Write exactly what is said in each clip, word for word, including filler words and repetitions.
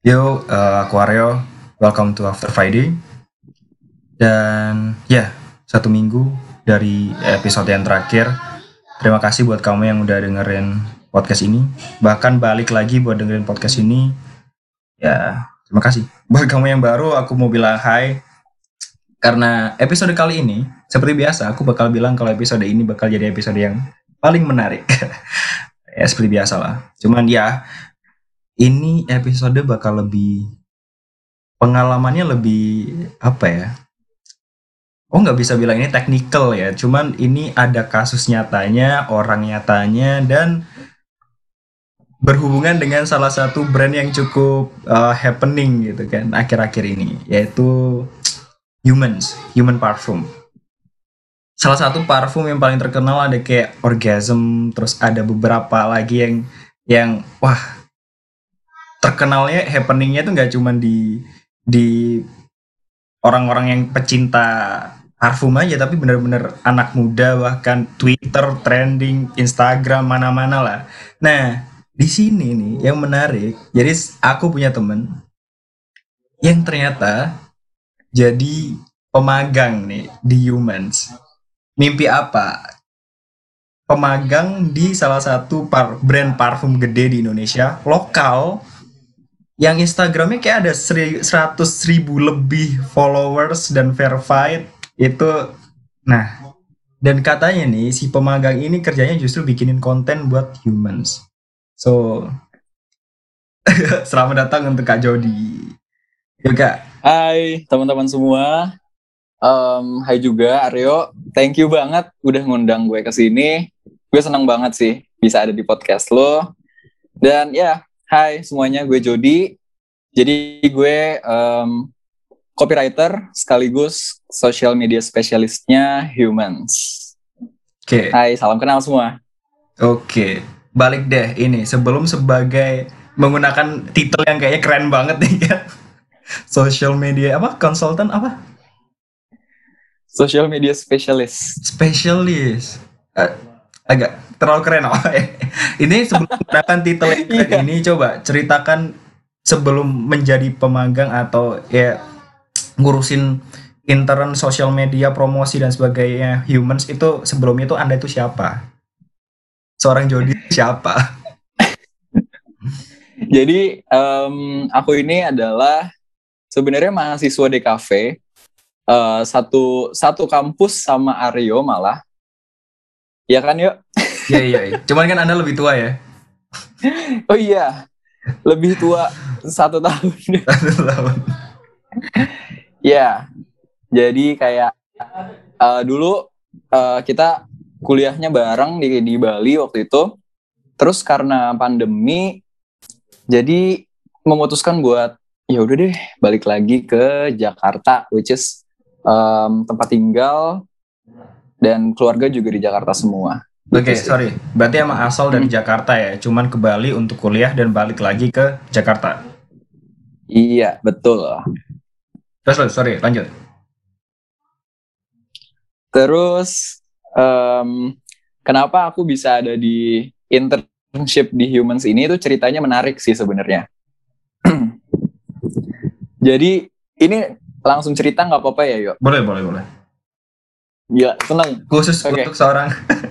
Yo, eh, aku Aryo. Welcome to After Friday. Dan ya, satu minggu dari episode yang terakhir. Terima kasih buat kamu yang udah dengerin podcast ini. Bahkan balik lagi buat dengerin podcast ini. Ya, terima kasih. Buat kamu yang baru, aku mau bilang hai. Karena episode kali ini, seperti biasa, aku bakal bilang kalau episode ini bakal jadi episode yang paling menarik. Ya, seperti biasa lah. Cuman ya, ini episode bakal lebih pengalamannya lebih apa ya? Oh, nggak bisa bilang ini technical ya. Cuman ini ada kasus nyatanya, orang nyatanya, dan berhubungan dengan salah satu brand yang cukup uh, happening gitu kan akhir-akhir ini, yaitu Humans, Human Parfum. Salah satu parfum yang paling terkenal ada kayak Orgasm, terus ada beberapa lagi yang yang wah terkenalnya happeningnya tuh nggak cuman di di orang-orang yang pecinta parfum aja tapi bener-bener anak muda bahkan Twitter trending Instagram mana-mana lah. Nah di sini nih yang menarik, jadi aku punya temen yang ternyata jadi pemagang nih di Humans. Mimpi apa? Pemagang di salah satu par- brand parfum gede di Indonesia lokal yang Instagramnya kayak ada seri- seratus ribu lebih followers dan verified itu. Nah, dan katanya nih si pemagang ini kerjanya justru bikinin konten buat Humans. So selamat datang untuk Kak Jody. Yuk Kak. Hai teman-teman semua, um, hai juga Aryo, thank you banget udah ngundang gue ke sini. Gue senang banget sih bisa ada di podcast lo. Dan ya, hai semuanya, gue Jody. Jadi gue um, copywriter sekaligus social media spesialisnya Humans. Oke. Hai, salam kenal semua. Oke. Balik deh ini sebelum sebagai menggunakan titel yang kayaknya keren banget nih kan. Social media apa? Konsultan apa? Social media specialist. Spesialis. Eh, agak terlalu keren apa ya? Ini sebelum menggunakan titel yang keren Iya. ini coba ceritakan sebelum menjadi pemagang atau ya ngurusin intern sosial media promosi dan sebagainya Humans itu sebelumnya itu Anda itu siapa? Seorang Jody siapa? Jadi um, aku ini adalah sebenarnya mahasiswa D K V, uh, satu satu kampus sama Aryo malah. Ya kan, yuk? Iya iya. iya. Cuman kan Anda lebih tua ya. Oh iya, lebih tua satu tahun. Satu tahun. Ya, jadi kayak uh, dulu uh, kita kuliahnya bareng di di Bali waktu itu. Terus karena pandemi, jadi memutuskan buat ya udah deh balik lagi ke Jakarta, which is um, tempat tinggal dan keluarga juga di Jakarta semua. Oke, okay, Gitu sih. sorry. Berarti emang asal dari Hmm. Jakarta ya, cuman ke Bali untuk kuliah dan balik lagi ke Jakarta. Iya, betul. Terus, terus, sorry, lanjut. Terus um, kenapa aku bisa ada di internship di Humans ini, itu ceritanya menarik sih sebenarnya. Jadi ini langsung cerita nggak apa-apa ya, Yo? Boleh, boleh, boleh. Gila, seneng. Khusus Oke. untuk seorang.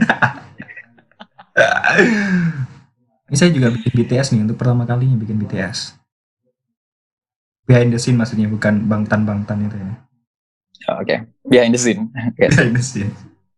Ini saya juga bikin B T S nih, untuk pertama kalinya bikin B T S. Behind the scene maksudnya, bukan bangtan-bangtan itu ya. Oke, behind the scene. Yes. Behind the scene.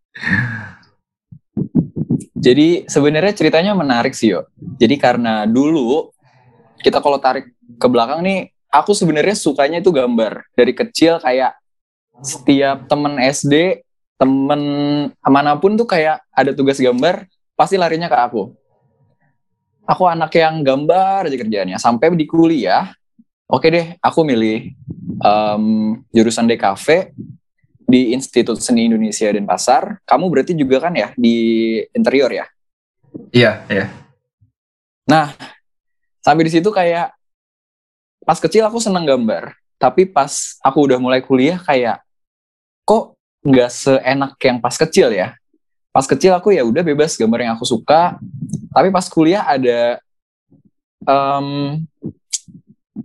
Jadi sebenarnya ceritanya menarik sih, Yo. Jadi karena dulu kita kalau tarik ke belakang nih, aku sebenarnya sukanya itu gambar. Dari kecil kayak setiap temen S D, temen manapun tuh kayak ada tugas gambar, pasti larinya ke aku. Aku anak yang gambar aja kerjaannya. Sampai di kuliah, oke deh, aku milih um, jurusan D K V di Institut Seni Indonesia Denpasar. Kamu berarti juga kan ya di interior ya? Iya, iya. Nah, sampai di situ kayak pas kecil aku seneng gambar, tapi pas aku udah mulai kuliah kayak kok nggak seenak yang pas kecil ya. Pas kecil aku ya udah bebas gambar yang aku suka, tapi pas kuliah ada um,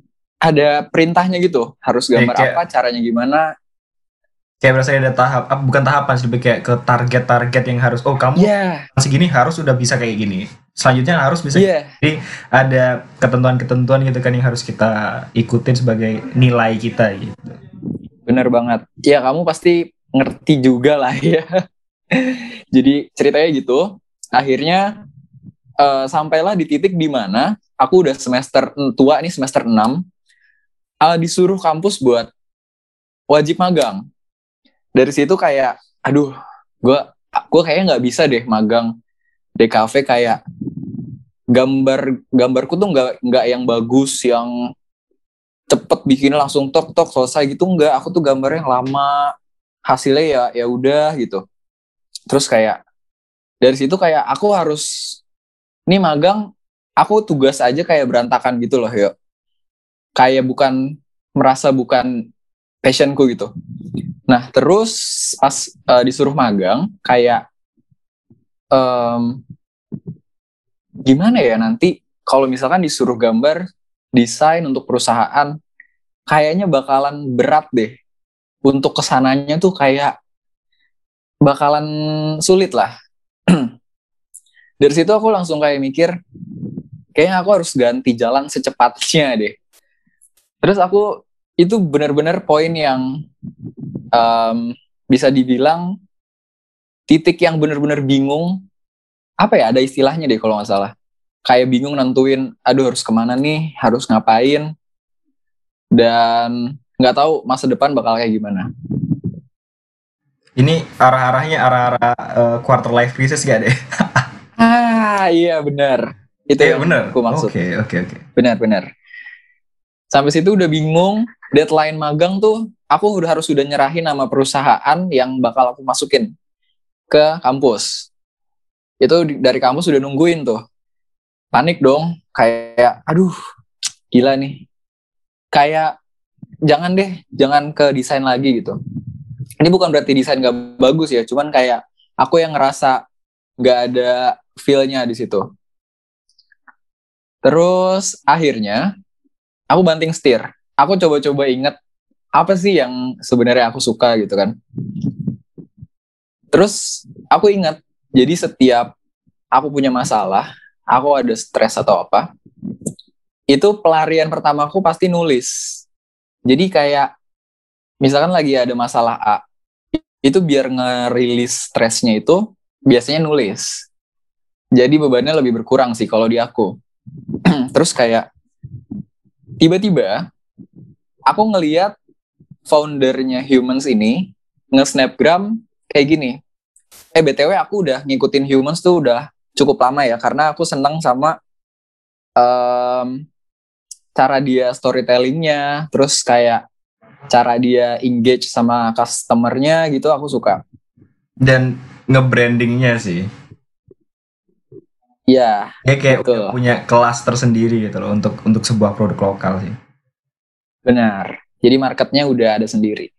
ada perintahnya gitu, harus gambar Kayak- apa, caranya gimana. Kayak berasanya ada tahap, ah, bukan tahapan sih, lebih kayak ke target-target yang harus, oh kamu Iya, segini harus udah bisa kayak gini. Selanjutnya harus bisa. iya, Jadi ada ketentuan-ketentuan gitu kan yang harus kita ikutin sebagai nilai kita gitu. bener banget. Ya kamu pasti ngerti juga lah ya. Jadi ceritanya gitu, akhirnya eh, sampailah di titik di mana aku udah semester tua nih, semester enam, eh, disuruh kampus buat wajib magang. Dari situ kayak, aduh, gue gue kayaknya nggak bisa deh magang D K V, kayak gambar gambarku tuh nggak nggak yang bagus, yang cepet bikin langsung tok tok selesai gitu, nggak. Aku tuh gambarnya yang lama, hasilnya ya ya udah gitu. Terus kayak dari situ kayak aku harus nih magang, aku tugas aja kayak berantakan gitu loh, yuk. Kayak bukan, merasa bukan passionku gitu. Nah, terus pas uh, disuruh magang, kayak um, gimana ya nanti kalau misalkan disuruh gambar desain untuk perusahaan, kayaknya bakalan berat deh. Untuk kesananya tuh kayak bakalan sulit lah. Dari situ aku langsung kayak mikir, kayaknya aku harus ganti jalan secepatnya deh. Terus aku, itu benar-benar poin yang um, bisa dibilang titik yang benar-benar bingung. Apa ya, ada istilahnya deh kalau nggak salah. Kayak bingung nentuin, aduh harus kemana nih, harus ngapain, dan nggak tahu masa depan bakal kayak gimana. Ini arah-arahnya arah-arah uh, quarter life crisis gak deh? Ah iya benar, itu Iya yang bener. aku maksud. Oke oke oke. Benar-benar. Sampai situ udah bingung, deadline magang tuh aku udah harus udah nyerahin nama perusahaan yang bakal aku masukin ke kampus. Itu dari kampus udah nungguin tuh. Panik dong, kayak aduh gila nih. Kayak jangan deh, jangan ke desain lagi gitu. Ini bukan berarti desain gak bagus ya, cuman kayak aku yang ngerasa gak ada feel-nya di situ. Terus akhirnya aku banting setir. Aku coba-coba inget apa sih yang sebenarnya aku suka gitu kan. Terus aku ingat, jadi setiap aku punya masalah, aku ada stres atau apa, itu pelarian pertama aku pasti nulis. Jadi kayak misalkan lagi ada masalah A, itu biar ngerilis stresnya itu biasanya nulis. Jadi bebannya lebih berkurang sih kalau di aku. Terus kayak tiba-tiba aku ngeliat foundernya Humans ini nge-snapgram kayak gini. Eh B T W aku udah ngikutin Humans tuh udah cukup lama ya, karena aku seneng sama um, cara dia storytellingnya, terus kayak cara dia engage sama customernya gitu, aku suka. Dan nge-brandingnya sih. Iya. Ya kayak betul. udah punya kelas tersendiri gitu loh untuk untuk sebuah produk lokal sih. Benar. Jadi marketnya udah ada sendiri.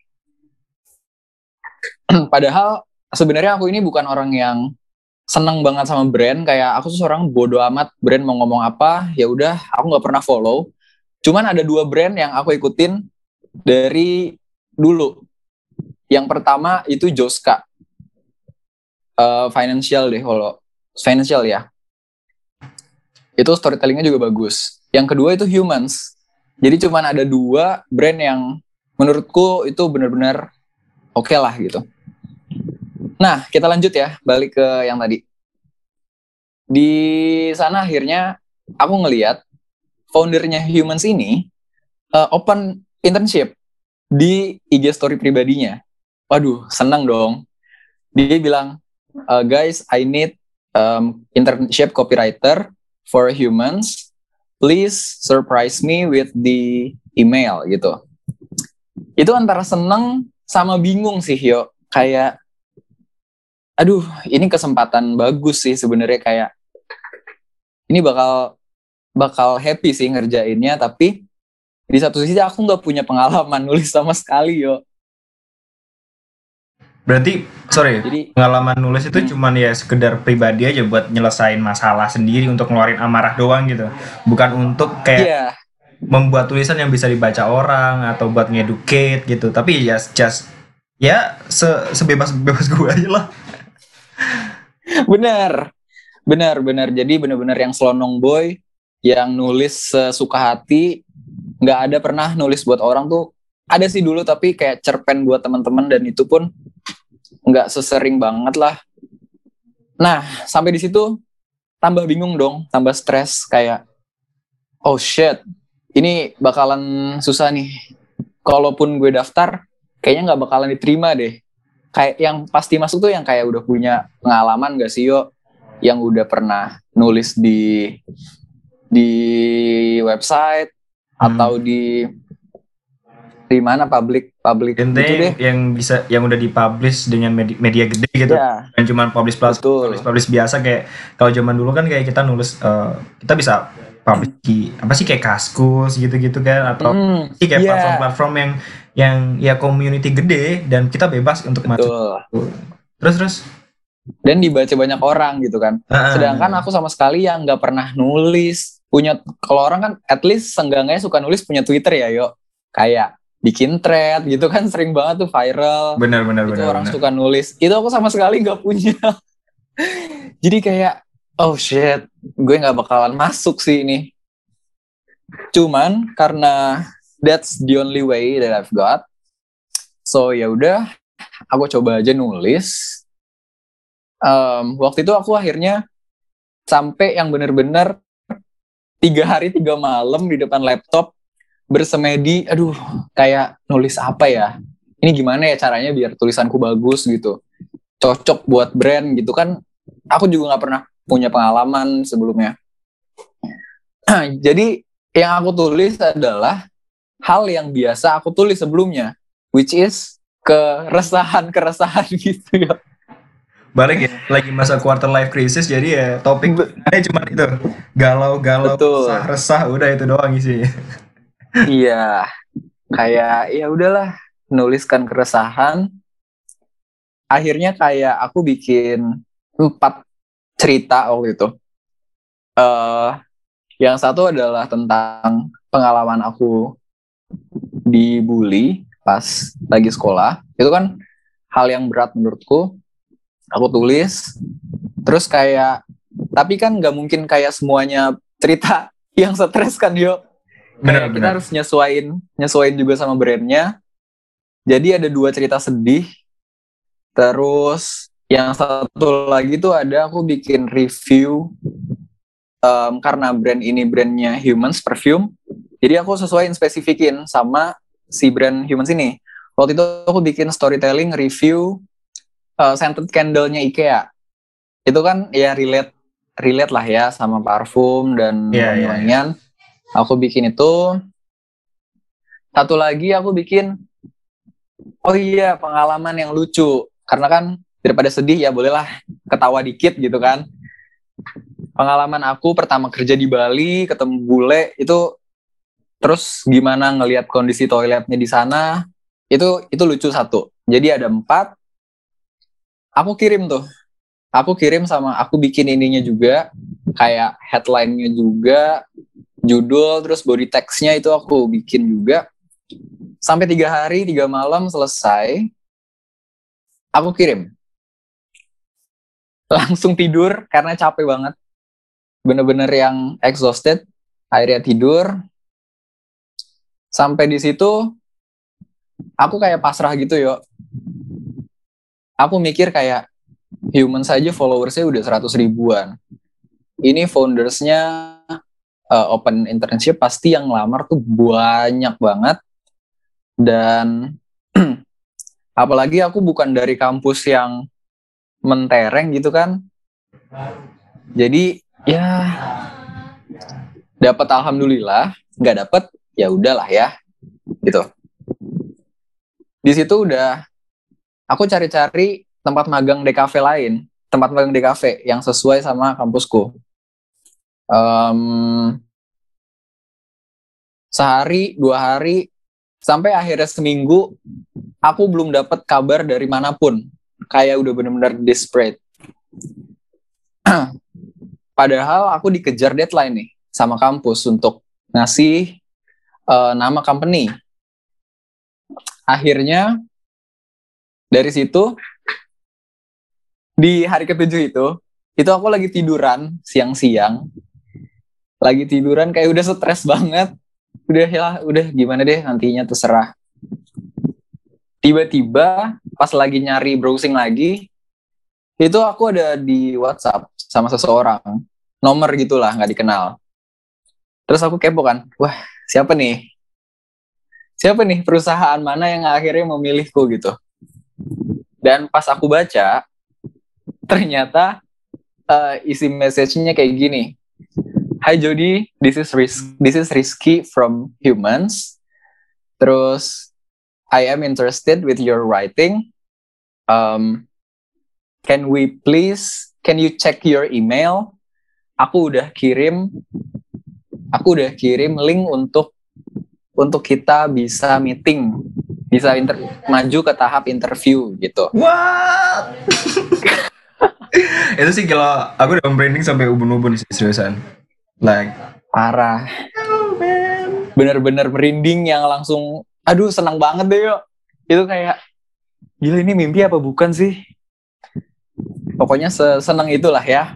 Padahal sebenarnya aku ini bukan orang yang seneng banget sama brand, kayak aku tuh seorang bodo amat brand mau ngomong apa, ya udah aku nggak pernah follow. Cuman ada dua brand yang aku ikutin dari dulu. Yang pertama itu Joska, uh, financial deh kalau financial ya. Itu storytellingnya juga bagus. Yang kedua itu Humans. Jadi cuman ada dua brand yang menurutku itu benar-benar oke okay lah gitu. Nah, kita lanjut ya, balik ke yang tadi. Di sana akhirnya aku ngelihat foundernya Humans ini uh, open internship di I G story pribadinya. Waduh, senang dong. Dia bilang, uh, guys, I need um, internship copywriter for Humans. Please surprise me with the email gitu. Itu antara seneng sama bingung sih, yo. Kayak, aduh, ini kesempatan bagus sih sebenarnya, kayak ini bakal bakal happy sih ngerjainnya, tapi di satu sisi aku nggak punya pengalaman nulis sama sekali, yo. Berarti, sorry, Jadi pengalaman nulis itu cuman ya sekedar pribadi aja buat nyelesain masalah sendiri untuk ngeluarin amarah doang gitu. Bukan untuk kayak iya, membuat tulisan yang bisa dibaca orang atau buat ngeducate gitu. Tapi ya just ya se sebebas-bebas gue aja lah. Bener, bener, bener. Jadi bener-bener yang selonong boy, yang nulis sesuka hati, nggak ada pernah nulis buat orang tuh. Ada sih dulu tapi kayak cerpen buat teman-teman dan itu pun nggak sesering banget lah. Nah sampai di situ tambah bingung dong, tambah stres kayak oh shit, ini bakalan susah nih. Kalaupun gue daftar, kayaknya nggak bakalan diterima deh. Kayak yang pasti masuk tuh yang kayak udah punya pengalaman gak sih yo, yang udah pernah nulis di di website hmm. atau di di mana public public Intinya gitu deh, yang bisa yang udah dipublish dengan media, media gede gitu, ya. Bukan cuma publish plus publish publish biasa kayak kalau zaman dulu kan kayak kita nulis uh, kita bisa publish di apa sih kayak Kaskus gitu-gitu kan atau mm, sih kayak yeah. platform-platform yang yang ya community gede dan kita bebas untuk masuk. Terus terus dan dibaca banyak orang gitu kan. Uh-uh. Sedangkan aku sama sekali yang nggak pernah nulis. Punya kalau orang kan at least seenggaknya suka nulis punya Twitter ya yo. Kayak bikin thread gitu kan sering banget tuh viral. Benar benar itu benar. Orang benar. suka nulis. Itu aku sama sekali nggak punya. Jadi kayak oh shit, gue nggak bakalan masuk sih ini. Cuman karena that's the only way that I've got. So ya udah, aku coba aja nulis. Um, waktu itu aku akhirnya sampai yang bener-bener tiga hari tiga malam di depan laptop bersemedi. Aduh, kayak nulis apa ya? Ini gimana ya caranya biar tulisanku bagus gitu, cocok buat brand gitu kan? Aku juga nggak pernah punya pengalaman sebelumnya. Jadi yang aku tulis adalah hal yang biasa aku tulis sebelumnya, which is keresahan-keresahan gitu ya. Balik ya, lagi masa quarter life crisis, jadi ya topik ada cuma itu, galau-galau, resah-resah, udah itu doang isinya. Iya, kayak ya udahlah, nuliskan keresahan. Akhirnya kayak aku bikin empat cerita waktu itu. Uh, yang satu adalah tentang pengalaman aku dibully pas lagi sekolah. Itu kan hal yang berat menurutku. Aku tulis, terus kayak, tapi kan nggak mungkin kayak semuanya cerita yang stres kan yo. Kayak benar, kita benar. Harus nyesuain, nyesuain juga sama brandnya. Jadi ada dua cerita sedih. Terus yang satu lagi tuh ada aku bikin review um, karena brand ini brandnya Humans Perfume. Jadi aku sesuaiin spesifikin sama si brand Humans ini. Waktu itu aku bikin storytelling review Uh, scented candle-nya IKEA. Itu kan ya relate relate lah ya sama parfum dan yeah, wangi-wangian. Yeah, yeah. Aku bikin itu. Satu lagi aku bikin oh iya pengalaman yang lucu. Karena kan daripada sedih ya bolehlah ketawa dikit gitu kan. Pengalaman aku pertama kerja di Bali, ketemu bule itu, terus gimana ngelihat kondisi toiletnya di sana. Itu itu lucu satu. Jadi ada empat. Aku kirim tuh, aku kirim sama aku bikin ininya juga, kayak headline-nya juga, judul, terus body text-nya itu aku bikin juga. Sampai tiga hari, tiga malam selesai, aku kirim. Langsung tidur karena capek banget. Bener-bener yang exhausted, akhirnya tidur. Sampai di situ, aku kayak pasrah gitu yo. Aku mikir kayak human saja followersnya udah seratus ribuan. Ini foundersnya uh, open internship pasti yang ngelamar tuh banyak banget. Dan apalagi aku bukan dari kampus yang mentereng gitu kan. Jadi ya dapat alhamdulillah, nggak dapat ya udahlah ya gitu. Di situ udah aku cari-cari tempat magang D K V lain, tempat magang D K V yang sesuai sama kampusku. Um, sehari, dua hari, sampai akhirnya seminggu, aku belum dapat kabar dari manapun. Kayak udah benar-benar desperate. Padahal aku dikejar deadline nih sama kampus untuk ngasih uh, nama company. Akhirnya dari situ di hari ketujuh itu, itu aku lagi tiduran siang-siang, lagi tiduran kayak udah stres banget, udah ya, udah gimana deh nantinya terserah. Tiba-tiba pas lagi nyari browsing lagi, itu aku ada di WhatsApp sama seseorang, nomor gitulah nggak dikenal. Terus aku kepo kan, wah siapa nih? Siapa nih perusahaan mana yang akhirnya memilihku gitu. Dan pas aku baca, ternyata uh, isi message-nya kayak gini. Hi Jody, this is risk, this is Rizky from Humans. Terus, I am interested with your writing. Um, can we please, can you check your email? Aku udah kirim, aku udah kirim link untuk untuk kita bisa meeting, bisa inter- maju ke tahap interview gitu. What? Itu sih kalau aku udah branding sampai ubun-ubun sih seriusan. Like parah. Oh, man. Bener-bener merinding yang langsung, aduh senang banget deh yuk. Itu kayak, gila ini mimpi apa bukan sih? Pokoknya seneng itulah ya.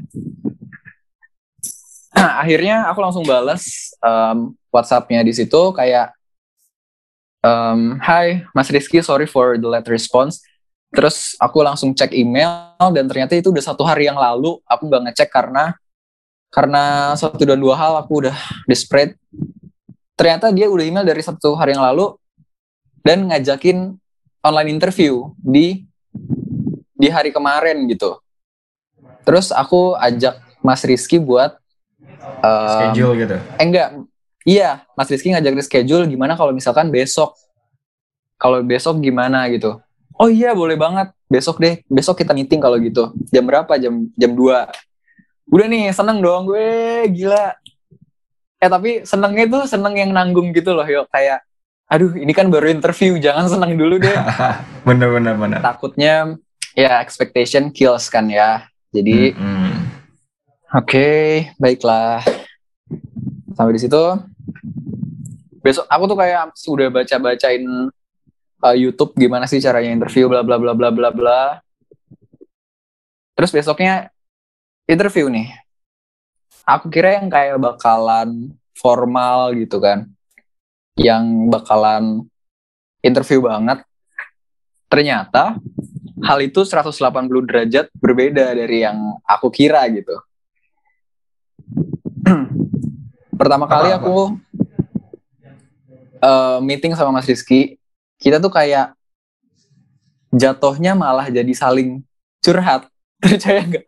Akhirnya aku langsung balas um, WhatsApp-nya di situ kayak um, Hi Mas Rizky, sorry for the late response. Terus aku langsung cek email dan ternyata itu udah satu hari yang lalu. Aku nggak ngecek karena karena satu dan dua hal aku udah desperate. Ternyata dia udah email dari satu hari yang lalu dan ngajakin online interview di di hari kemarin gitu. Terus aku ajak Mas Rizky buat um, schedule gitu. Eh enggak, iya Mas Rizky ngajak reschedule gimana kalau misalkan besok. Kalau besok gimana gitu. Oh iya boleh banget, besok deh, besok kita meeting kalau gitu. Jam berapa? Jam jam dua. Udah nih, seneng dong gue, gila. Eh tapi senengnya tuh seneng yang nanggung gitu loh, yuk. Kayak, aduh ini kan baru interview, jangan seneng dulu deh. Bener-bener. bener. Takutnya, ya expectation kills kan ya. Jadi, mm-hmm. oke, okay, baiklah. Sampai di situ, besok aku tuh kayak udah baca-bacain uh, YouTube gimana sih caranya interview, bla bla bla bla bla bla. Terus besoknya interview nih. Aku kira yang kayak bakalan formal gitu kan. Yang bakalan interview banget. Ternyata hal itu seratus delapan puluh derajat berbeda dari yang aku kira gitu. Pertama kali aku uh, meeting sama Mas Rizky, kita tuh kayak jatuhnya malah jadi saling curhat. Percaya nggak?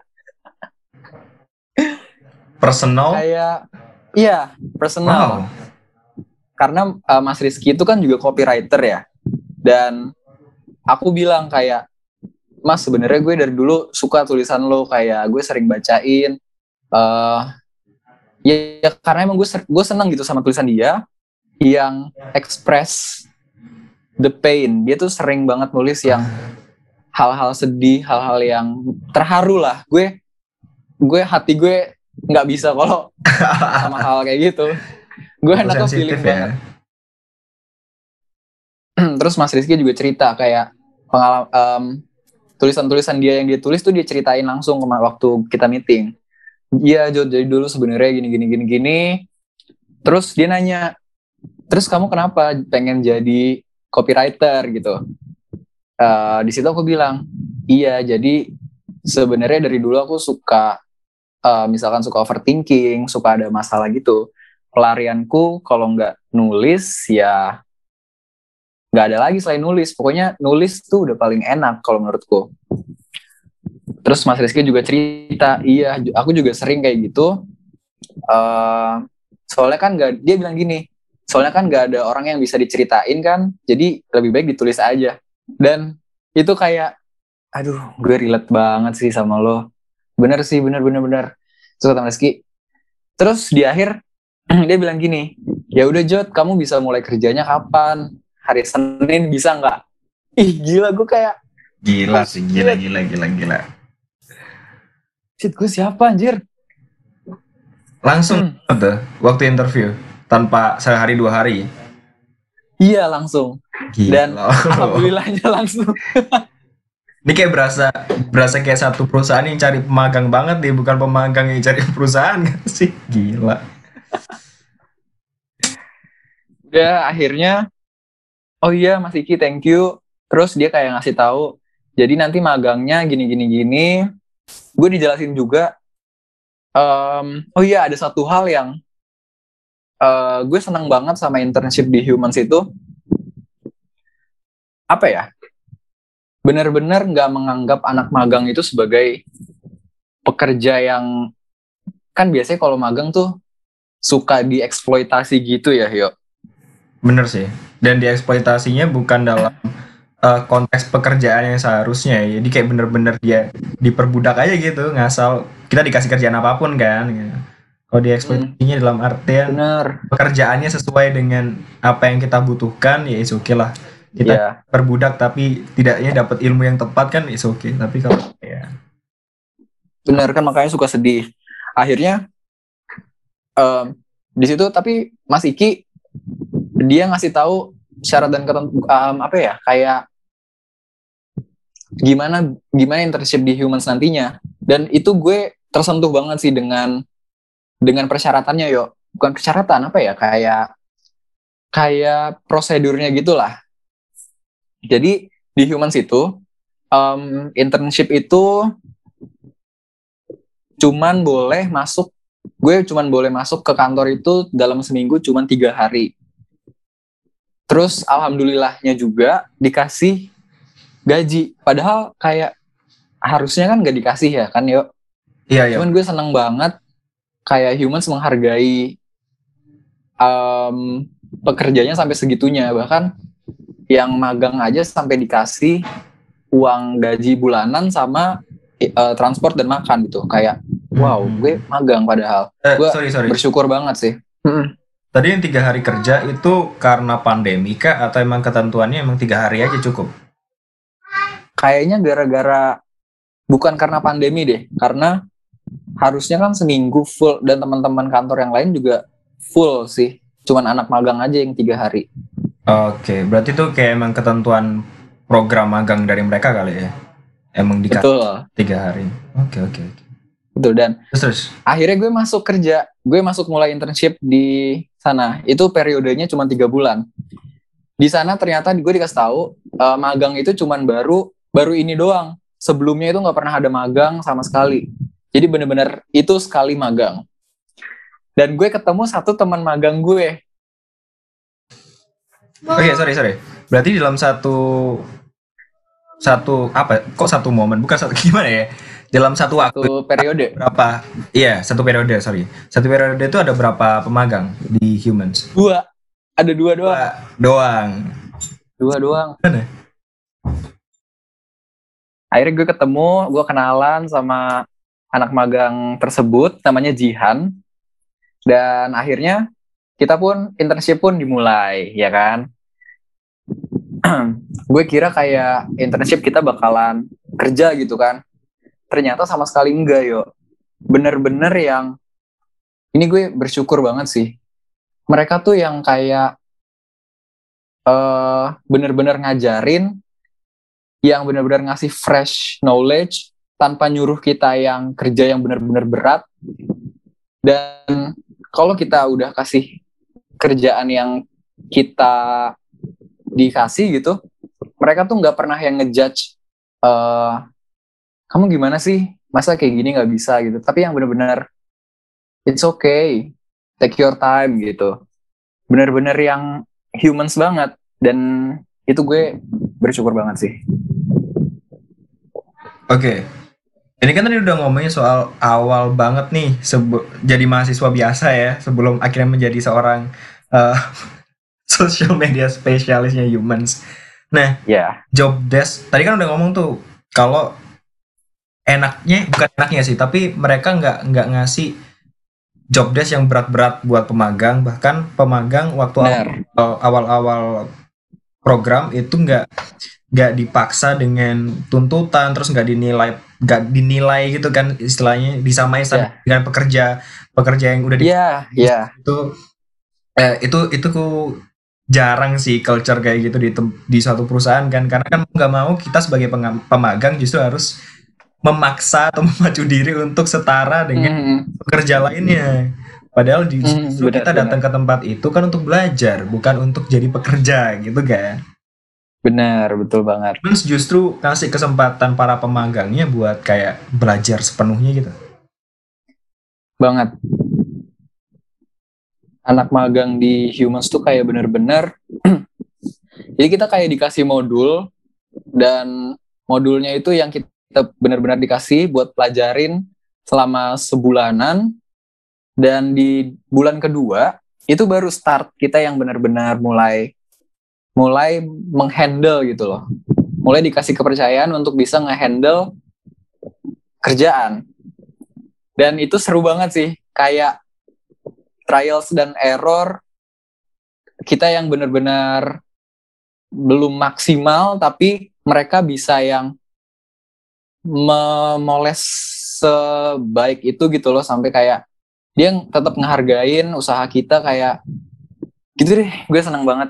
Personal? Kayak, iya, personal. Wow. Karena uh, Mas Rizky itu kan juga copywriter ya. Dan aku bilang kayak, Mas sebenarnya gue dari dulu suka tulisan lo, kayak gue sering bacain. Uh, ya, ya karena emang gue gue seneng gitu sama tulisan dia yang express the pain. Dia tuh sering banget nulis yang hal-hal sedih, hal-hal yang terharu lah. Gue, gue hati gue nggak bisa kalau sama hal kayak gitu. Gue enaknya feeling ya. banget. Terus Mas Rizky juga cerita kayak pengalaman um, tulisan-tulisan dia yang dia tulis tuh dia ceritain langsung waktu kita meeting. Iya Jod, jadi dulu sebenarnya gini gini gini gini. Terus dia nanya, terus kamu kenapa pengen jadi copywriter gitu? Uh, di situ aku bilang, iya jadi sebenarnya dari dulu aku suka uh, misalkan suka overthinking, suka ada masalah gitu. Pelarianku kalau nggak nulis ya nggak ada lagi selain nulis. Pokoknya nulis tuh udah paling enak kalau menurutku. Terus Mas Rizky juga cerita, iya aku juga sering kayak gitu. Uh, soalnya kan nggak, dia bilang gini, soalnya kan nggak ada orang yang bisa diceritain kan, jadi lebih baik ditulis aja. Dan itu kayak, aduh gue relate banget sih sama lo. Bener sih, bener bener bener. Terus kata Mas Rizky, terus di akhir dia bilang gini, ya udah Jod, kamu bisa mulai kerjanya kapan? Hari Senin bisa nggak? Ih gila, gue kayak gila sih, gila gila gila gila. Shit, gue siapa anjir? Langsung hmm. tuh waktu interview tanpa sehari dua hari. Iya langsung. Gila. Dan alhamdulillahnya langsung. Ini kayak berasa berasa kayak satu perusahaan yang cari pemagang banget nih, bukan pemagang yang cari perusahaan kan sih. Gila. Udah akhirnya, oh iya Mas Iki thank you. Terus dia kayak ngasih tahu, jadi nanti magangnya gini gini gini. Gue dijelasin juga. Um, oh iya ada satu hal yang uh, gue seneng banget sama internship di Humans itu. Apa ya? Benar-benar nggak menganggap anak magang itu sebagai pekerja yang, kan biasanya kalau magang tuh suka dieksploitasi gitu ya, Yo. Bener sih. Dan dieksploitasinya bukan dalam uh, konteks pekerjaan yang seharusnya. Jadi kayak bener-bener dia diperbudak aja gitu, ngasal kita dikasih kerjaan apapun kan. Gitu. Kalau dieksploitasinya hmm. dalam artian Bener. pekerjaannya sesuai dengan apa yang kita butuhkan, ya is oke okay lah. Kita yeah. perbudak tapi tidaknya dapat ilmu yang tepat kan is oke. Okay. Tapi kalau ya bener kan, makanya suka sedih. Akhirnya um, di situ tapi Mas Iki dia ngasih tahu syarat dan ketentuan um, apa ya, kayak gimana gimana internship di Humans nantinya. Dan itu gue tersentuh banget sih dengan dengan persyaratannya, Yo. Bukan persyaratan, apa ya, kayak kayak prosedurnya gitulah. Jadi di Humans itu um, internship itu cuman boleh masuk, gue cuman boleh masuk ke kantor itu dalam seminggu cuman tiga hari. Terus alhamdulillahnya juga dikasih gaji. Padahal kayak harusnya kan gak dikasih ya kan, Yo. Iya, iya. Cuman gue seneng banget kayak Humans menghargai um, pekerjanya sampai segitunya. Bahkan yang magang aja sampai dikasih uang gaji bulanan sama uh, transport dan makan gitu. Kayak wow, hmm. gue magang padahal. Eh, gue sorry, sorry. bersyukur banget sih. Hmm. Tadi yang tiga hari kerja itu karena pandemi kah? Atau emang ketentuannya emang tiga hari aja cukup? Kayaknya gara-gara, bukan karena pandemi deh. Karena harusnya kan seminggu full, dan teman-teman kantor yang lain juga full sih. Cuman anak magang aja yang tiga hari. Oke, berarti itu kayak emang ketentuan program magang dari mereka kali ya? Emang dikasih tiga hari. Oke, oke, oke. Betul, dan terus, terus akhirnya gue masuk kerja. Gue masuk mulai internship di sana. Itu periodenya cuma tiga bulan. Di sana ternyata gue dikasih tahu uh, magang itu cuma baru baru ini doang. Sebelumnya itu nggak pernah ada magang sama sekali. Jadi benar-benar itu sekali magang. Dan gue ketemu satu teman magang gue. Oke, okay, sorry sorry. Berarti dalam satu satu apa? Kok satu momen? Bukan satu gimana ya? Dalam satu waktu. Satu periode. Berapa? Iya, satu periode. Sorry. Satu periode itu ada berapa pemagang di Humans? Dua. Ada dua doang. Dua doang. Dua doang. Mana? Akhirnya gue ketemu, gue kenalan sama anak magang tersebut, namanya Jihan. Dan akhirnya kita pun internship pun dimulai, ya kan? Gue kira kayak internship kita bakalan kerja gitu kan. Ternyata sama sekali enggak, yo. Bener-bener yang, ini gue bersyukur banget sih. Mereka tuh yang kayak uh, bener-bener ngajarin, yang bener-bener ngasih fresh knowledge, tanpa nyuruh kita yang kerja yang bener-bener berat. Dan kalau kita udah kasih kerjaan yang kita dikasih gitu, mereka tuh nggak pernah yang ngejudge, uh, kamu gimana sih, masa kayak gini nggak bisa gitu. Tapi yang benar-benar it's okay, take your time gitu. Benar-benar yang humans banget, dan itu gue bersyukur banget sih. Oke. Okay. Ini kan tadi udah ngomongin soal awal banget nih sebu- jadi mahasiswa biasa ya, sebelum akhirnya menjadi seorang uh, social media spesialisnya Humans. Nah, yeah. Job desk tadi kan udah ngomong tuh kalau enaknya, bukan enaknya sih, tapi mereka nggak nggak ngasih job desk yang berat-berat buat pemagang. Bahkan pemagang waktu awal, awal-awal program itu nggak nggak dipaksa dengan tuntutan, terus nggak dinilai nggak dinilai gitu kan, istilahnya disamain yeah. dengan pekerja pekerja yang udah di yeah, yeah. itu eh, itu itu ku jarang sih culture kayak gitu di tem- di suatu perusahaan kan, karena kan nggak mau kita sebagai pengam- pemagang justru harus memaksa atau memacu diri untuk setara dengan Hmm, pekerja lainnya. Padahal di- hmm, justru kita datang benar-benar, ke tempat itu kan untuk belajar, bukan untuk jadi pekerja gitu kan. benar, betul banget, Terus justru kasih kesempatan para pemagangnya buat kayak belajar sepenuhnya gitu. banget. Anak magang di Humans tuh kayak bener-bener, jadi kita kayak dikasih modul, dan modulnya itu yang kita benar-benar dikasih buat pelajarin selama sebulanan, dan di bulan kedua itu baru start kita yang benar-benar mulai mulai menghandle gitu loh, mulai dikasih kepercayaan untuk bisa ngehandle kerjaan. Dan itu seru banget sih, kayak trials dan error, kita yang benar-benar belum maksimal tapi mereka bisa yang memoles sebaik itu gitu loh, sampai kayak dia tetap ngehargain usaha kita, kayak gitu deh. Gue seneng banget.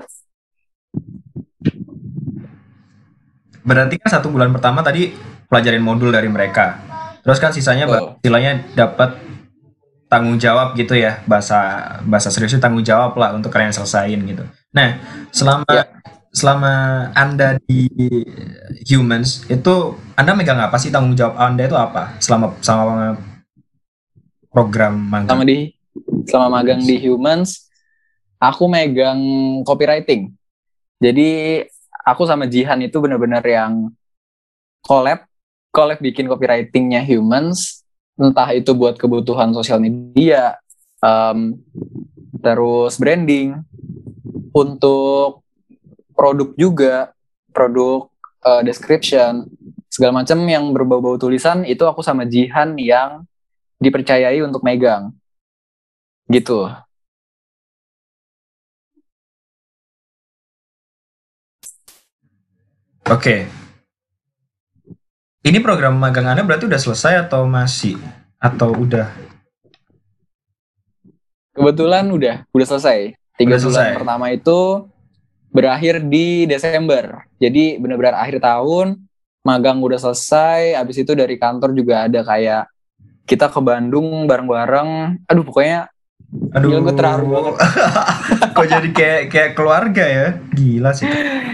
Berarti kan satu bulan pertama tadi pelajarin modul dari mereka. Terus kan sisanya ba- Betul. istilahnya dapat tanggung jawab gitu ya, bahasa bahasa seriusnya tanggung jawab lah untuk kalian selesain gitu. Nah, selama Ya, selama Anda di Humans itu Anda megang apa sih, tanggung jawab Anda itu apa selama selama program selama magang? di selama magang di Humans, aku megang copywriting. Jadi aku sama Jihan itu benar-benar yang collab collab bikin copywritingnya Humans, entah itu buat kebutuhan sosial media, um, terus branding, untuk produk juga, produk, uh, description, segala macam yang berbau-bau tulisan itu aku sama Jihan yang dipercayai untuk megang gitu. Oke, ini program magang Anda berarti udah selesai atau masih atau udah Kebetulan udah udah selesai. Tiga udah bulan selesai? pertama itu berakhir di Desember. Jadi benar-benar akhir tahun, magang udah selesai. Abis itu dari kantor juga ada kayak kita ke Bandung bareng-bareng. Aduh, pokoknya gila, gue terharu Aduh, banget. kok jadi kayak kayak keluarga ya? Gila sih.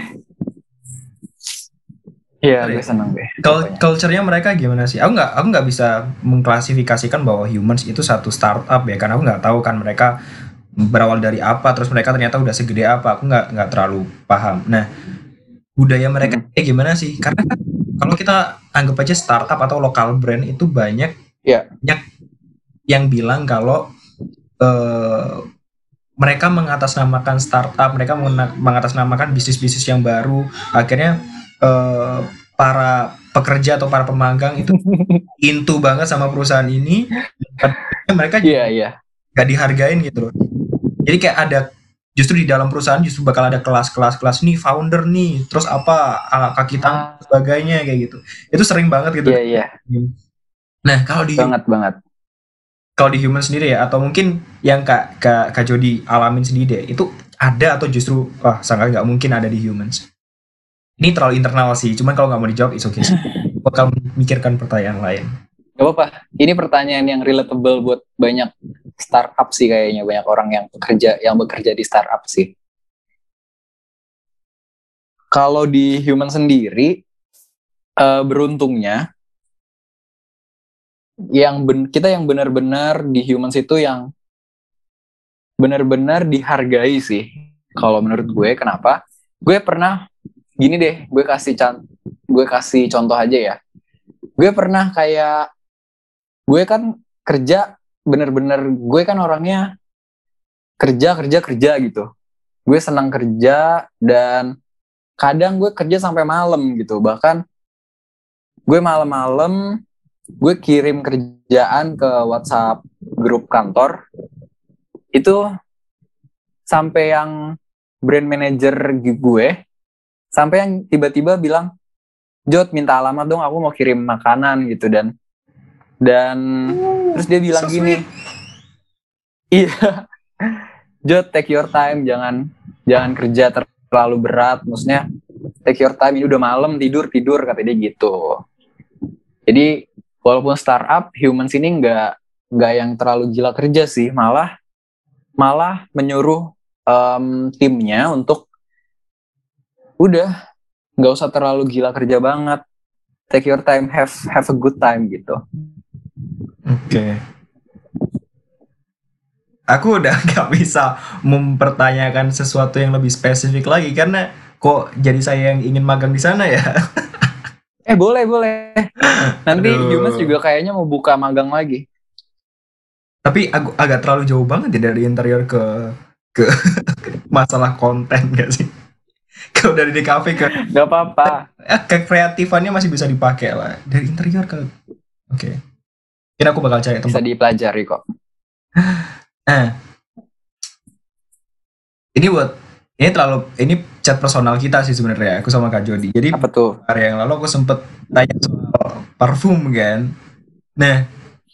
Iya, gue seneng deh Cul- pokoknya. Culture-nya mereka gimana sih? Aku nggak, aku nggak bisa mengklasifikasikan bahwa Humans itu satu startup ya, karena aku nggak tahu kan mereka berawal dari apa, terus mereka ternyata udah segede apa. Aku nggak nggak terlalu paham. Nah, budaya mereka Mm-mm. kayak gimana sih? Karena kan kalau kita anggap aja startup atau lokal brand itu banyak Ya, banyak yang bilang kalau eh, mereka mengatasnamakan startup, mereka mengena- mengatasnamakan bisnis-bisnis yang baru. Akhirnya eh, para pekerja atau para pemagang itu into banget sama perusahaan ini. Dan mereka iya, juga iya. gak dihargain gitu loh. Jadi kayak ada, justru di dalam perusahaan justru bakal ada kelas-kelas kelas nih founder nih, terus apa ala kaki tangan dan Ah, sebagainya kayak gitu. Itu sering banget gitu. iya, iya. Nah, kalau di Banget, banget. kalau di human sendiri ya, atau mungkin yang kak kak, kak Jody alamin sendiri deh, itu ada atau justru wah sangat nggak mungkin ada di humans. Ini terlalu internal sih, cuman kalau nggak mau dijawab it's okay sih. Bakal memikirkan pertanyaan lain. Gak apa-apa. Ini pertanyaan yang relatable buat banyak startup sih kayaknya. Banyak orang yang bekerja yang bekerja di startup sih. Kalau di human sendiri, eh, beruntungnya yang ben, kita yang benar-benar di humans itu yang benar-benar dihargai sih. Kalau menurut gue, kenapa? Gue pernah gini deh, gue kasih can, gue kasih contoh aja ya. Gue pernah kayak, gue kan kerja bener-bener, gue kan orangnya kerja kerja kerja gitu. Gue senang kerja, dan kadang gue kerja sampai malam gitu. Bahkan gue malam-malam gue kirim kerjaan ke WhatsApp grup kantor itu, sampai yang brand manager gue sampai yang tiba-tiba bilang, Jod minta alamat dong, aku mau kirim makanan gitu. Dan dan terus dia bilang So sweet. gini, iya Jod take your time, jangan jangan kerja terlalu berat, maksudnya take your time, ini udah malam, tidur tidur kata dia gitu. Jadi walaupun startup, humans ini nggak nggak yang terlalu gila kerja sih, malah malah menyuruh um, timnya untuk udah nggak usah terlalu gila kerja banget, take your time, have have a good time gitu. Oke. Okay. Aku udah nggak bisa mempertanyakan sesuatu yang lebih spesifik lagi karena kok jadi saya yang ingin magang di sana ya. Eh boleh boleh. Nanti Aduh. Humans juga kayaknya mau buka magang lagi. Tapi ag- agak terlalu jauh banget ya dari interior ke ke masalah konten gak sih? Kalau dari di kafe ke Gak apa-apa. Eh, kekreatifannya masih bisa dipakai lah. Dari interior ke oke. Okay. Kira aku bakal cari tempat. Bisa dipelajari kok. Nah, ini buat ini terlalu ini chat personal kita sih sebenarnya aku sama Kak Jody. Jadi apa tuh? Hari yang lalu aku sempet tanya soal parfum kan. Nah,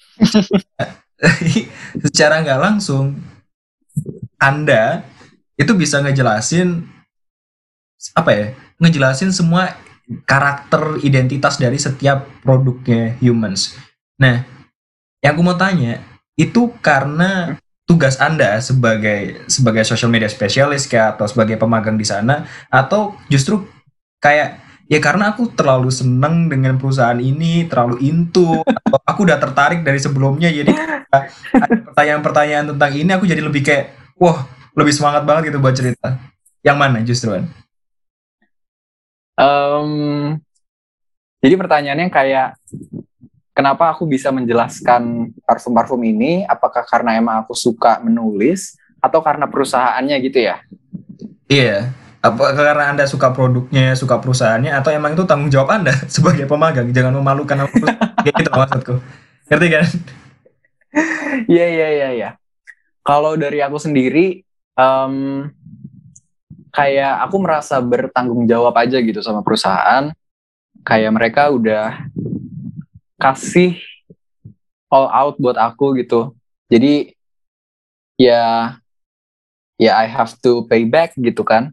secara nggak langsung Anda itu bisa ngejelasin apa ya? Ngejelasin semua karakter identitas dari setiap produknya Humans. Nah, yang aku mau tanya itu karena tugas Anda sebagai sebagai social media specialist kayak atau sebagai pemagang di sana atau justru kayak ya karena aku terlalu seneng dengan perusahaan ini, terlalu into atau aku udah tertarik dari sebelumnya jadi ada pertanyaan-pertanyaan tentang ini aku jadi lebih kayak wah, lebih semangat banget gitu buat cerita. Yang mana justru? Um, jadi pertanyaannya kayak kenapa aku bisa menjelaskan parfum-parfum ini? Apakah karena emang aku suka menulis atau karena perusahaannya gitu ya? Iya. Apa karena Anda suka produknya, suka perusahaannya, atau emang itu tanggung jawab Anda sebagai pemagang? Jangan memalukan aku. Kayak gitu maksudku. Ngerti kan? Iya, iya, iya, iya. Kalau dari aku sendiri, um, kayak aku merasa bertanggung jawab aja gitu sama perusahaan. Kayak mereka udah kasih all out buat aku gitu. Jadi ya ya I have to pay back gitu kan.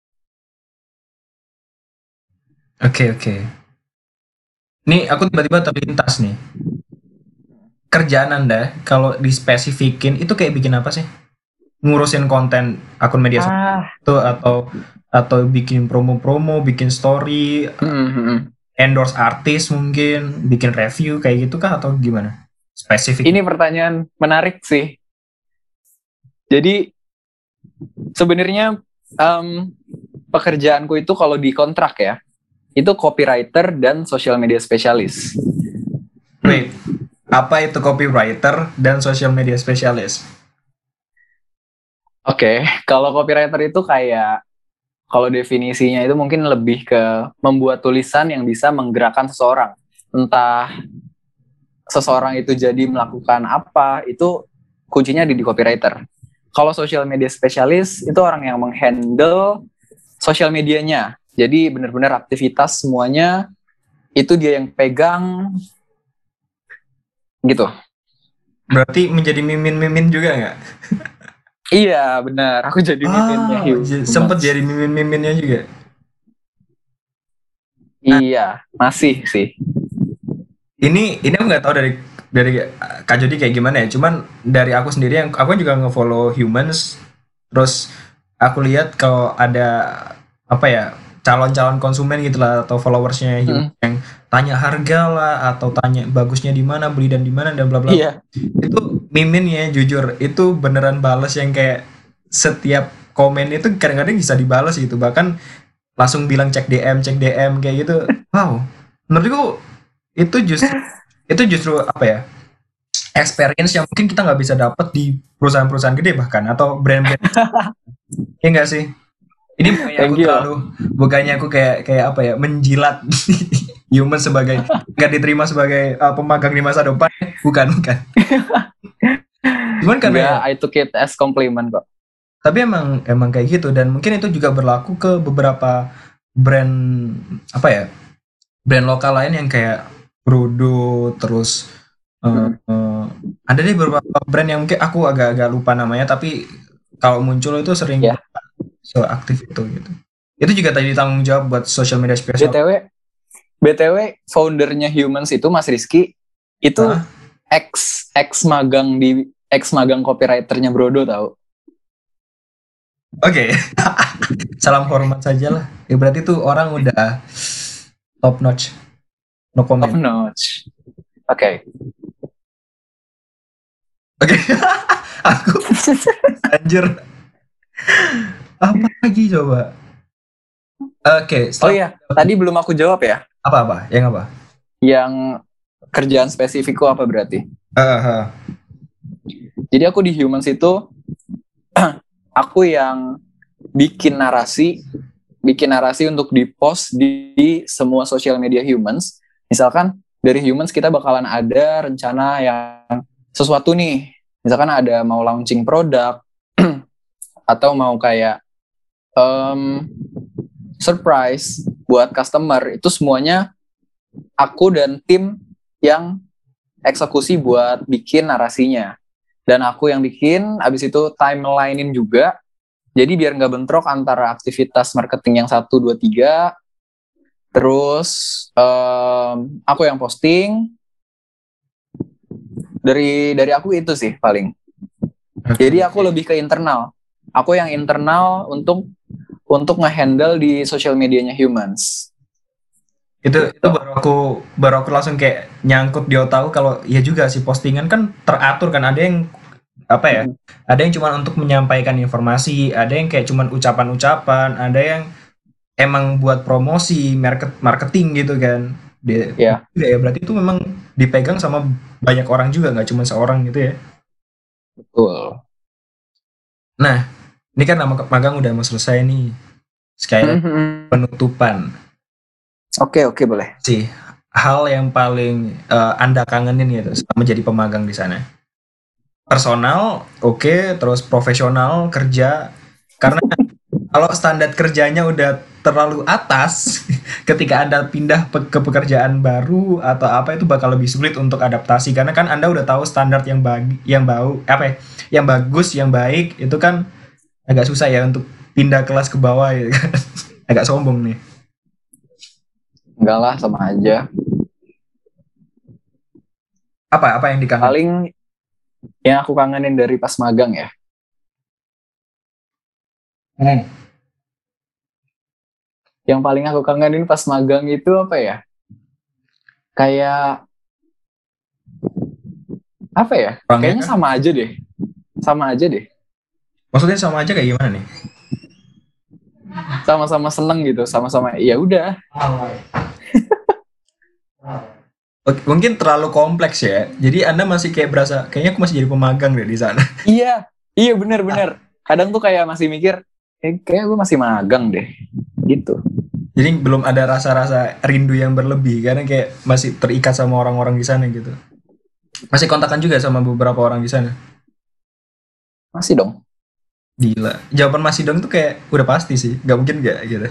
Oke, okay, oke. Okay. Nih aku tiba-tiba terlintas nih. Kerjaan Anda kalau dispesifikin itu kayak bikin apa sih? Ngurusin konten akun media sosial ah. itu atau atau bikin promo-promo, bikin story, mm-hmm. endorse artis mungkin, bikin review kayak gitu kah atau gimana? Spesifik. Ini pertanyaan menarik sih. Jadi sebenarnya um, pekerjaanku itu kalau di kontrak ya, itu copywriter dan social media specialist. Wait, apa itu copywriter dan social media specialist? Oke, okay, kalau copywriter itu kayak kalau definisinya itu mungkin lebih ke membuat tulisan yang bisa menggerakkan seseorang. Entah seseorang itu jadi melakukan apa, itu kuncinya di, di copywriter. Kalau social media specialist, itu orang yang menghandle social medianya. Jadi benar-benar aktivitas semuanya, itu dia yang pegang, gitu. Berarti menjadi mimin-mimin juga nggak? Iya, benar. Aku jadi oh, miminnya Hugh. Sempet jadi mimin-miminnya juga? Iya, masih sih. Ini ini aku nggak tahu dari dari Kak Jody kayak gimana ya. Cuman dari aku sendiri yang aku juga nge-follow Humans. Terus aku lihat kalau ada apa ya calon-calon konsumen gitu lah atau followersnya Humans hmm. yang tanya harga lah atau tanya bagusnya di mana, beli dan di mana dan bla bla. Iya. Itu mimin ya jujur itu beneran bales yang kayak setiap komen itu kadang-kadang bisa dibales gitu bahkan langsung bilang cek D M cek D M kayak gitu. Wow, menurutku itu justru itu justru apa ya experience yang mungkin kita nggak bisa dapat di perusahaan-perusahaan gede bahkan atau brand-brand. Ya nggak sih? Ini bukannya aku terlalu bukannya aku kayak kayak apa ya menjilat Human sebagai nggak diterima sebagai uh, pemagang di masa depan, bukan bukan. Cuman karena ya, I took it as compliment kok. Tapi emang emang kayak gitu dan mungkin itu juga berlaku ke beberapa brand apa ya brand lokal lain yang kayak Brodo terus hmm. uh, uh, ada deh beberapa brand yang mungkin aku agak-agak lupa namanya tapi kalau muncul itu sering yeah. so aktif itu gitu. Itu juga tadi tanggung jawab buat social media space. BTW BTW foundernya Humans itu Mas Rizky itu Hah? ex ex magang di ex magang copywriternya Brodo tahu. Oke. Salam hormat saja lah. Ya berarti tuh orang udah top notch. No Top comment. notch. Oke. Oke. Aku anjir. Apa lagi coba? Oke, Oh setelah iya, tadi belum aku jawab ya. apa-apa? Yang apa? Yang kerjaan spesifikku apa berarti? Ah, ah. Jadi aku di Humans itu aku yang bikin narasi, bikin narasi untuk di-post di semua sosial media Humans. Misalkan dari Humans kita bakalan ada rencana yang sesuatu nih. Misalkan ada mau launching produk atau mau kayak um, surprise buat customer, itu semuanya aku dan tim yang eksekusi buat bikin narasinya. Dan aku yang bikin, abis itu timeline-in juga. Jadi biar nggak bentrok antara aktivitas marketing yang satu, dua, tiga. Terus um, aku yang posting. Dari dari aku itu sih paling. Jadi aku lebih ke internal. Aku yang internal untuk untuk nge-handle di social medianya Humans. Itu itu baru aku baru aku langsung kayak nyangkut di otakku kalau ya juga sih postingan kan teratur kan, ada yang apa ya? Hmm. Ada yang cuma untuk menyampaikan informasi, ada yang kayak cuma ucapan-ucapan, ada yang emang buat promosi, market marketing gitu kan. Dia, Ya. ya berarti itu memang dipegang sama banyak orang juga, nggak cuma seorang gitu ya. Betul. Nah, ini kan nama magang udah mau selesai nih. Sekali Hmm. penutupan Oke, oke boleh. sih hal yang paling eh, Anda kangenin gitu selama jadi pemagang di sana. Personal, oke, terus profesional, kerja. Karena kalau standar kerjanya udah terlalu atas, ketika Anda pindah pe- ke pekerjaan baru atau apa itu bakal lebih sulit untuk adaptasi karena kan Anda udah tahu standar yang bagi, yang bau, apa ya, yang bagus, yang baik itu kan agak susah ya untuk pindah kelas ke bawah ya kan. Agak sombong nih. Enggak lah, sama aja. Apa apa yang dikangen? Paling yang aku kangenin dari pas magang ya. Hmm. Yang paling aku kangenin pas magang itu apa ya? Kayak apa ya? Orangnya Kayaknya kan? sama aja deh. Sama aja deh. Maksudnya sama aja kayak gimana nih? Sama-sama seneng gitu, sama-sama ya udah. Oke, mungkin terlalu kompleks ya. Jadi Anda masih kayak berasa kayaknya aku masih jadi pemagang deh di sana. Iya, iya bener-bener. Kadang tuh kayak masih mikir, eh, kayak gue masih magang deh. Gitu. Jadi belum ada rasa-rasa rindu yang berlebih karena kayak masih terikat sama orang-orang di sana gitu. Masih kontakan juga sama beberapa orang di sana. Masih dong. Gila. Jawaban masih dong tuh kayak udah pasti sih. Gak mungkin gak gitu.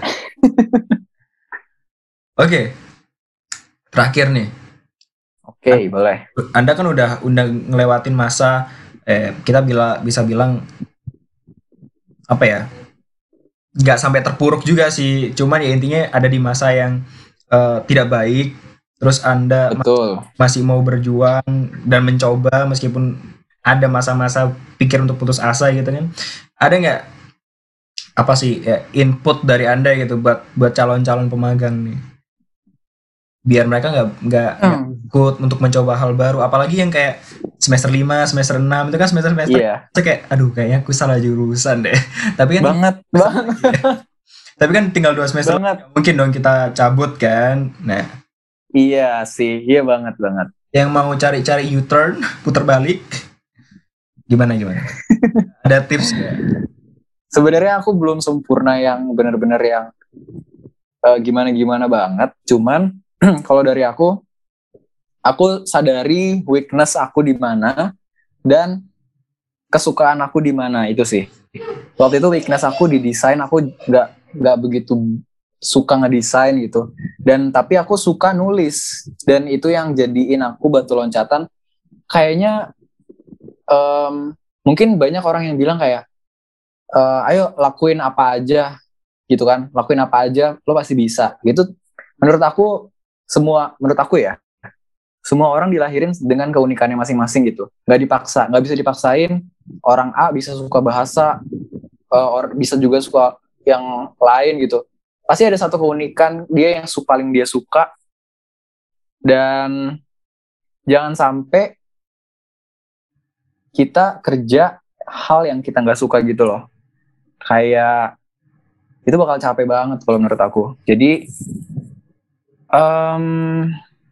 Oke. Terakhir nih. Oke, okay, boleh. Anda kan udah udah ngelewatin masa eh kita bila bisa bilang apa ya? Nggak sampai terpuruk juga sih. Cuman ya intinya ada di masa yang eh, tidak baik. Terus Anda ma- Betul. masih mau berjuang dan mencoba meskipun ada masa-masa pikir untuk putus asa gitu kan. Ada nggak apa sih ya, input dari Anda gitu buat buat calon-calon pemagang nih? Biar mereka nggak nggak nggak Hmm. ikut untuk mencoba hal baru. Apalagi yang kayak semester lima, semester enam itu kan semester-semester Iya. itu kayak aduh kayaknya aku salah jurusan deh. Tapi kan Banget, banget, tapi kan tinggal dua semester lagi, banget. nggak mungkin dong kita cabut kan. Nah, Iya sih, iya banget banget. yang mau cari-cari U-turn, putar balik, gimana gimana? Ada tips nggak? Sebenarnya aku belum sempurna yang benar-benar yang eh, gimana-gimana banget. Cuman kalau dari aku, aku sadari weakness aku di mana dan kesukaan aku di mana itu sih. Waktu itu weakness aku di desain, aku nggak nggak begitu suka ngedesain gitu. Dan tapi aku suka nulis dan itu yang jadiin aku batu loncatan. Kayaknya em, mungkin banyak orang yang bilang kayak uh, ayo lakuin apa aja gitu kan, lakuin apa aja lo pasti bisa gitu. Menurut aku semua menurut aku ya semua orang dilahirin dengan keunikannya masing-masing gitu, nggak dipaksa, nggak bisa dipaksain. Orang A bisa suka bahasa, uh, or bisa juga suka yang lain gitu, pasti ada satu keunikan dia yang su- paling dia suka. Dan jangan sampai kita kerja hal yang kita nggak suka gitu loh, kayak itu bakal capek banget kalau menurut aku. Jadi um,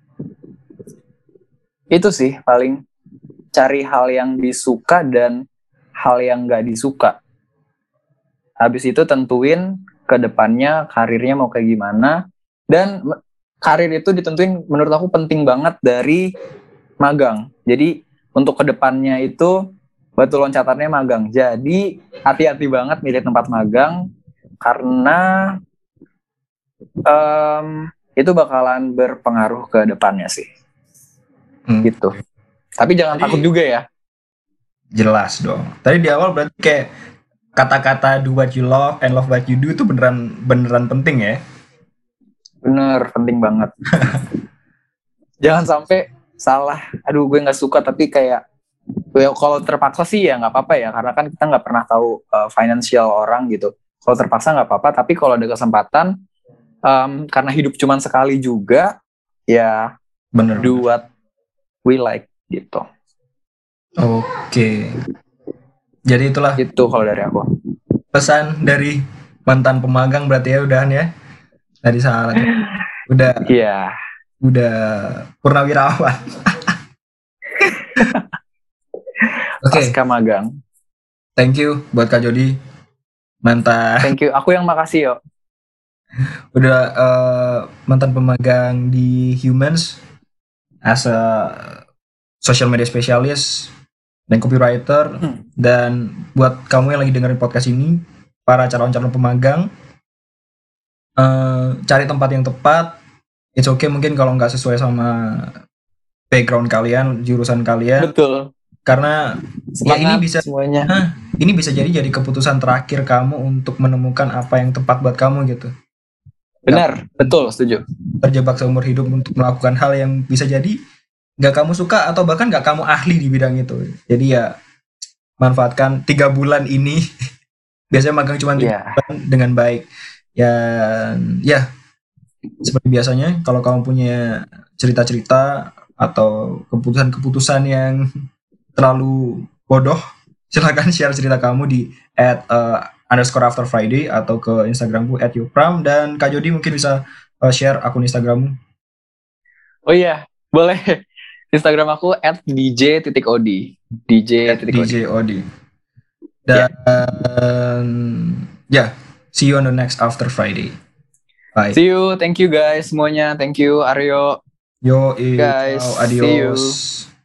itu sih paling, cari hal yang disuka dan hal yang nggak disuka. Habis itu tentuin ke depannya karirnya mau kayak gimana. Dan karir itu ditentuin menurut aku penting banget dari magang. Jadi untuk ke depannya itu batu loncatannya magang. Jadi hati-hati banget milih tempat magang karena um, itu bakalan berpengaruh ke depannya sih. Hmm. Gitu. Tapi jangan Tadi, takut juga ya. Jelas dong. Tadi di awal berarti kayak kata-kata do what you love and love what you do itu beneran beneran penting ya? Bener, penting banget. Jangan sampai salah. Aduh, gue nggak suka tapi kayak kalau terpaksa sih ya nggak apa-apa ya, karena kan kita nggak pernah tahu uh, financial orang gitu. Kalau terpaksa nggak apa-apa, tapi kalau ada kesempatan, um, karena hidup cuma sekali juga, ya bener do what we like gitu. Oke. Jadi itulah. Itu kalau dari aku. Pesan dari mantan pemagang berarti ya udahan ya. Tadi salah. Udah. Iya. Udah purnawirawan. Oke. Okay. Pasca magang. Thank you buat Kak Jody. Mantan. Thank you. Aku yang makasih yo. Udah uh, mantan pemagang di Humans as a social media specialist dan copywriter. Hmm. Dan buat kamu yang lagi dengerin podcast ini, para calon-calon pemagang, uh, cari tempat yang tepat. It's okay mungkin kalau nggak sesuai sama background kalian, jurusan kalian. Betul. Karena semangat ya ini bisa semuanya. Huh, ini bisa jadi jadi keputusan terakhir kamu untuk menemukan apa yang tepat buat kamu gitu. Benar, gak, betul, setuju. Terjebak seumur hidup untuk melakukan hal yang bisa jadi nggak kamu suka atau bahkan nggak kamu ahli di bidang itu. Jadi ya manfaatkan tiga bulan ini. Biasanya magang cuma tiga yeah. bulan dengan baik. Ya, ya seperti biasanya kalau kamu punya cerita-cerita atau keputusan-keputusan yang terlalu bodoh, silakan share cerita kamu di at uh, underscore after Friday atau ke Instagramku at yupram. Dan Kak Jody mungkin bisa uh, share akun Instagrammu. Oh iya, boleh. Instagram aku at dj.od dj dj.od. Dan yeah. yeah, see you on the next After Friday. Bye. See you, thank you guys semuanya, thank you Aryo. Yo, guys, ciao, adios. See you.